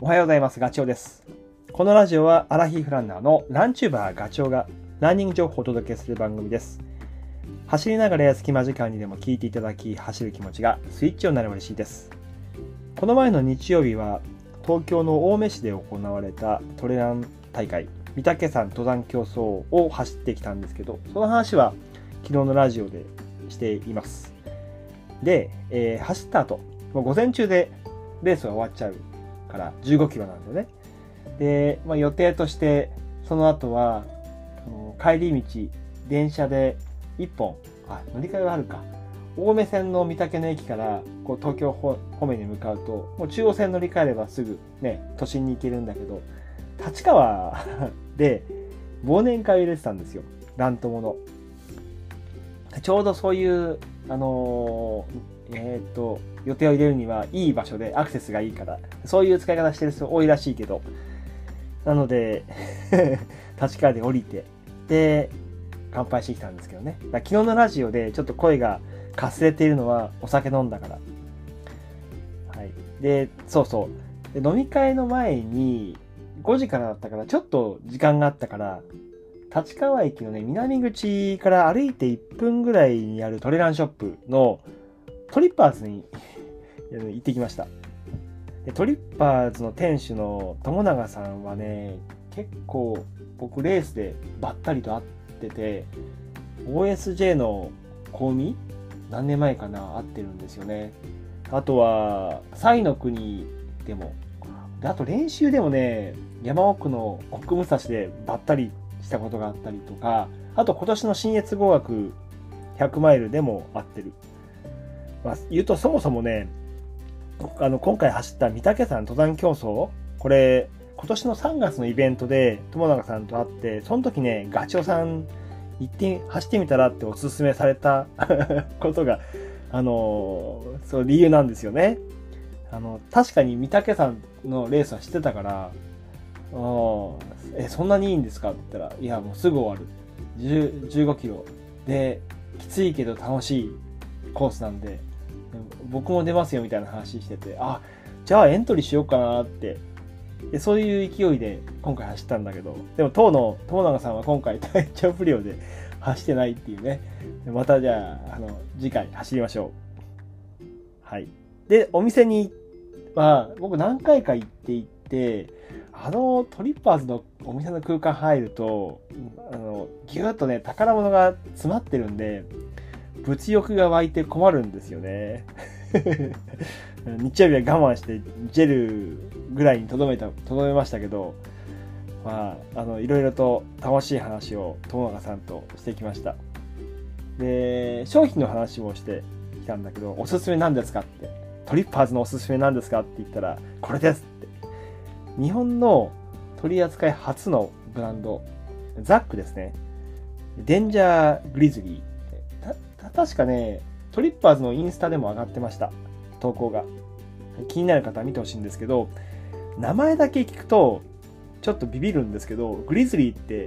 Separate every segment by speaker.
Speaker 1: おはようございます。ガチョウです。このラジオはアラヒフランナーのランチューバーガチョウがランニング情報をお届けする番組です。走りながらや隙間時間にでも聞いていただき、走る気持ちがスイッチになれば嬉しいです。この前の日曜日は東京の青梅市で行われたトレラン大会、御嶽山登山競争を走ってきたんですけど、その話は昨日のラジオでしています。で、走った後、もう午前中でレースが終わっちゃうから15キロなんだよね。で、予定としてその後は帰り道電車で1本乗り換えはあるか、青梅線の御嶽の駅からこう東京方面に向かうと、もう中央線乗り換えればすぐね都心に行けるんだけど、立川で忘年会を入れてたんですよ、ラン友の。ちょうどそういう予定を入れるにはいい場所でアクセスがいいから、そういう使い方してる人多いらしいけど、なので立川で降りてで乾杯してきたんですけどね。昨日のラジオでちょっと声がかすれているのはお酒飲んだから。はい。で、そうで飲み会の前に5時からだったから、ちょっと時間があったから、立川駅のね南口から歩いて1分ぐらいにあるトレランショップのトリッパーズに行ってきました。でトリッパーズの店主の友永さんはね、結構僕レースでばったりと会ってて、 OSJ のコウミ何年前かな会ってるんですよね。あとは彩の国でも、あと練習でもね山奥の奥武蔵でばったりしたことがあったりとか、あと今年の信越合学100マイルでも会ってる。言うとそもそもね、今回走った御嶽山登山競争、これ今年の3月のイベントで友永さんと会って、その時ねガチョウさん走ってみたらっておすすめされたことがそう理由なんですよね。確かに御嶽山のレースは知ってたから、そんなにいいんですかって言ったら、いやもうすぐ終わる、15キロできついけど楽しいコースなんで僕も出ますよみたいな話してて、じゃあエントリーしようかなって、でそういう勢いで今回走ったんだけど、でも当の友永さんは今回体調不良で走ってないっていうね。またじゃあ次回走りましょう。はい。でお店に僕何回か行っていて、トリッパーズのお店の空間入るとギューッとね宝物が詰まってるんで、物欲が湧いて困るんですよね。日曜日は我慢してジェルぐらいにとどめましたけど、いろいろと楽しい話を友永さんとしてきました。で商品の話もしてきたんだけど、おすすめなんですかって、トリッパーズのおすすめなんですかって言ったら、これですって。日本の取り扱い初のブランド、ザックですね。デンジャーグリズリー。確かねトリッパーズのインスタでも上がってました、投稿が。気になる方は見てほしいんですけど、名前だけ聞くとちょっとビビるんですけど、グリズリーって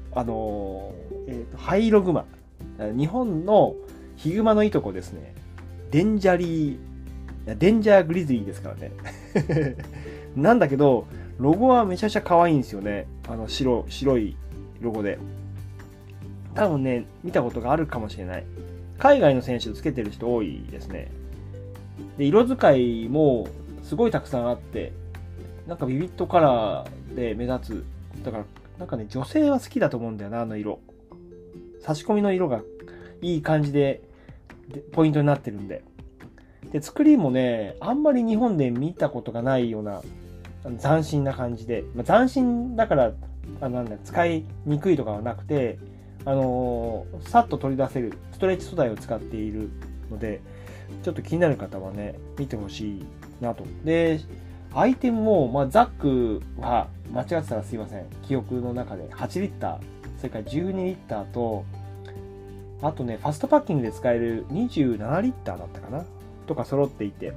Speaker 1: ハイイログマ、日本のヒグマのいとこですね。デンジャーグリズリーですからね。なんだけどロゴはめちゃくちゃ可愛いんですよね。白いロゴで。多分ね見たことがあるかもしれない。海外の選手つけてる人多いですね。で色使いもすごいたくさんあって、なんかビビットカラーで目立つ。だからなんかね女性は好きだと思うんだよな、あの色。差し込みの色がいい感じでポイントになってるんで。で作りもねあんまり日本で見たことがないような斬新な感じで、斬新だから使いにくいとかはなくて、さっと取り出せるストレッチ素材を使っているので、ちょっと気になる方はね見てほしいなと。でアイテムも、ザックは間違ってたらすいません、記憶の中で8リッター、それから12リッターと、あとねファストパッキングで使える27リッターだったかなとか揃っていて、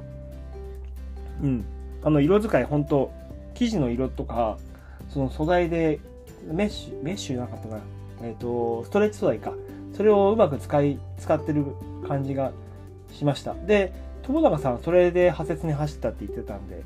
Speaker 1: 色使い本当生地の色とか、その素材でメッシュなかったな、ストレッチ素材か、それをうまく使ってる感じがしました。で友永さんはそれで派切に走ったって言ってたんで、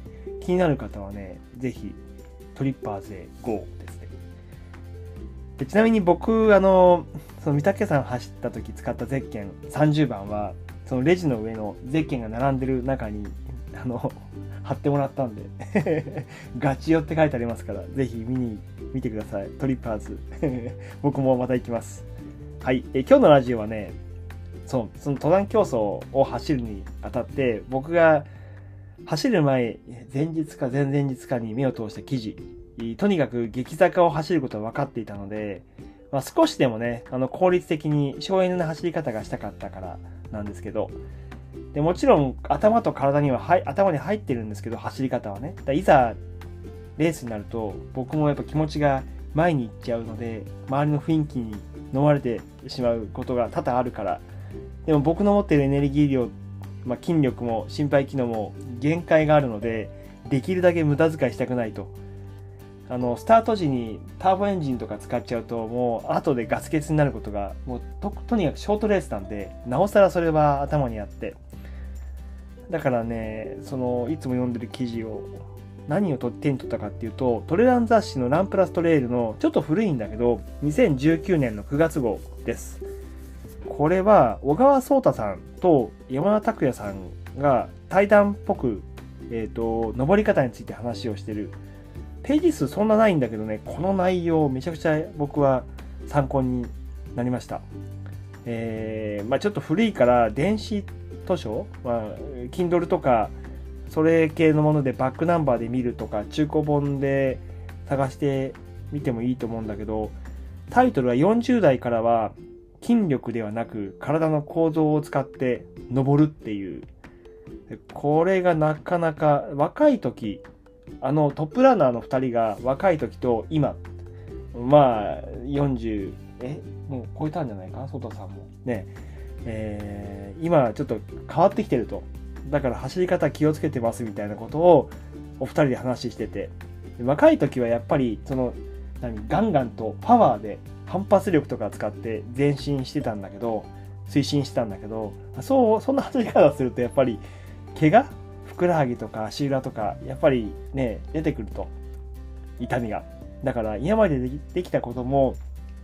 Speaker 1: 気になる方はね、ぜひトリッパーズへ GO ですね。でちなみに僕、その御嶽山走った時使ったゼッケン30番は、そのレジの上のゼッケンが並んでる中に、貼ってもらったんで、ガチよって書いてありますから、ぜひ見てください。トリッパーズ。僕もまた行きます。はい。今日のラジオはね、その登山競争を走るにあたって、僕が走る前、前日か前々日かに目を通した記事、とにかく激坂を走ることは分かっていたので、少しでもね、効率的に省エネな走り方がしたかったからなんですけど、でもちろん頭と体には頭に入ってるんですけど、走り方はね。いざレースになると、僕もやっぱ気持ちが前に行っちゃうので、周りの雰囲気に飲まれてしまうことが多々あるから、でも僕の持っているエネルギー量、筋力も心肺機能も限界があるので、できるだけ無駄遣いしたくないと。スタート時にターボエンジンとか使っちゃうと、もう後でガス欠になることが、もう とにかくショートレースなんで、なおさらそれは頭にあって。だからね、いつも読んでる記事を、何を手に取ったかっていうと、トレラン雑誌のランプラストレイルの、ちょっと古いんだけど、2019年の9月号です。これは、小川颯太さんと山田拓也さんが対談っぽく、登り方について話をしてる。ページ数そんなないんだけどね、この内容めちゃくちゃ僕は参考になりました。ちょっと古いから電子図書、Kindle とかそれ系のものでバックナンバーで見るとか中古本で探してみてもいいと思うんだけど、タイトルは40代からは筋力ではなく体の構造を使って登るっていう。これがなかなか若い時、トップランナーの2人が若い時と今、40、もう超えたんじゃないか、外さんも。ね、今ちょっと変わってきてると。だから走り方気をつけてますみたいなことをお二人で話してて、若い時はやっぱりガンガンとパワーで反発力とか使って前進してたんだけど、推進してたんだけど、そんな走り方をするとやっぱり怪我、ふくらはぎとか足裏とかやっぱりね出てくると、痛みが。だから今までできたことも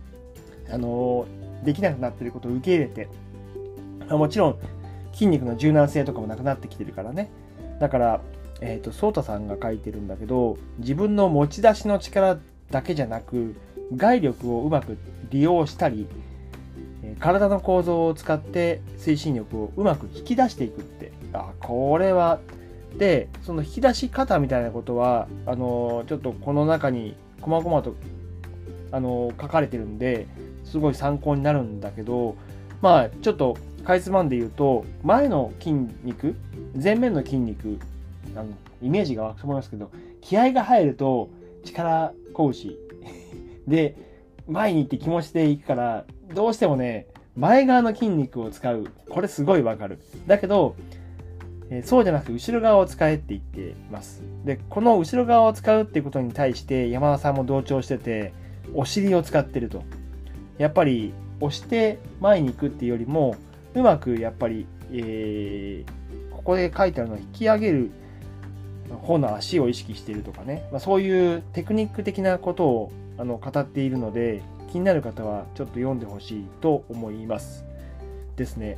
Speaker 1: できなくなっていることを受け入れて、もちろん筋肉の柔軟性とかもなくなってきてるからね。だからソータさんが書いてるんだけど、自分の持ち出しの力だけじゃなく外力をうまく利用したり、体の構造を使って推進力をうまく引き出していくって、これはで、その引き出し方みたいなことはちょっとこの中に細々と書かれてるんですごい参考になるんだけど、ちょっとかいつまんで言うと、前の筋肉、前面の筋肉、イメージが湧くと思いますけど、気合が入ると力拳で前に行って気持ちで行くから、どうしてもね前側の筋肉を使う。これすごいわかる。だけどそうじゃなくて後ろ側を使えって言っています。で、この後ろ側を使うっていうことに対して山田さんも同調してて、お尻を使ってると。やっぱり押して前に行くっていうよりも、うまくやっぱり、ここで書いてあるのは引き上げる方の足を意識しているとかね、そういうテクニック的なことを語っているので、気になる方はちょっと読んでほしいと思いますですね。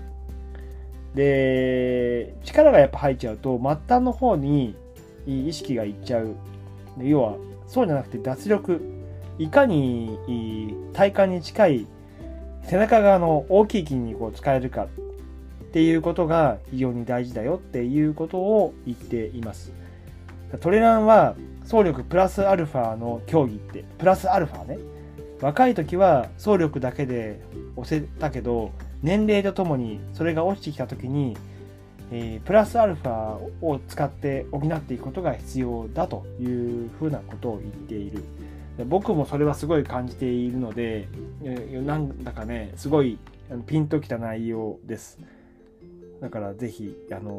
Speaker 1: で、力がやっぱ入っちゃうと末端の方に意識がいっちゃう。要はそうじゃなくて脱力、いかに体幹に近い背中側の大きい筋肉を使えるかっていうことが非常に大事だよっていうことを言っています。トレランは走力プラスアルファの競技って、プラスアルファね。若い時は走力だけで押せたけど、年齢とともにそれが落ちてきた時に、プラスアルファを使って補っていくことが必要だというふうなことを言っている。僕もそれはすごい感じているので、なんだかねすごいピンときた内容です。だからぜひ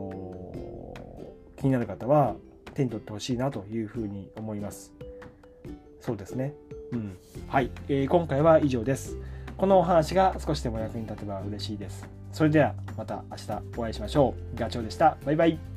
Speaker 1: 気になる方は手に取ってほしいなというふうに思います。そうですね。はい、今回は以上です。このお話が少しでも役に立てば嬉しいです。それではまた明日お会いしましょう。ガチョウでした。バイバイ。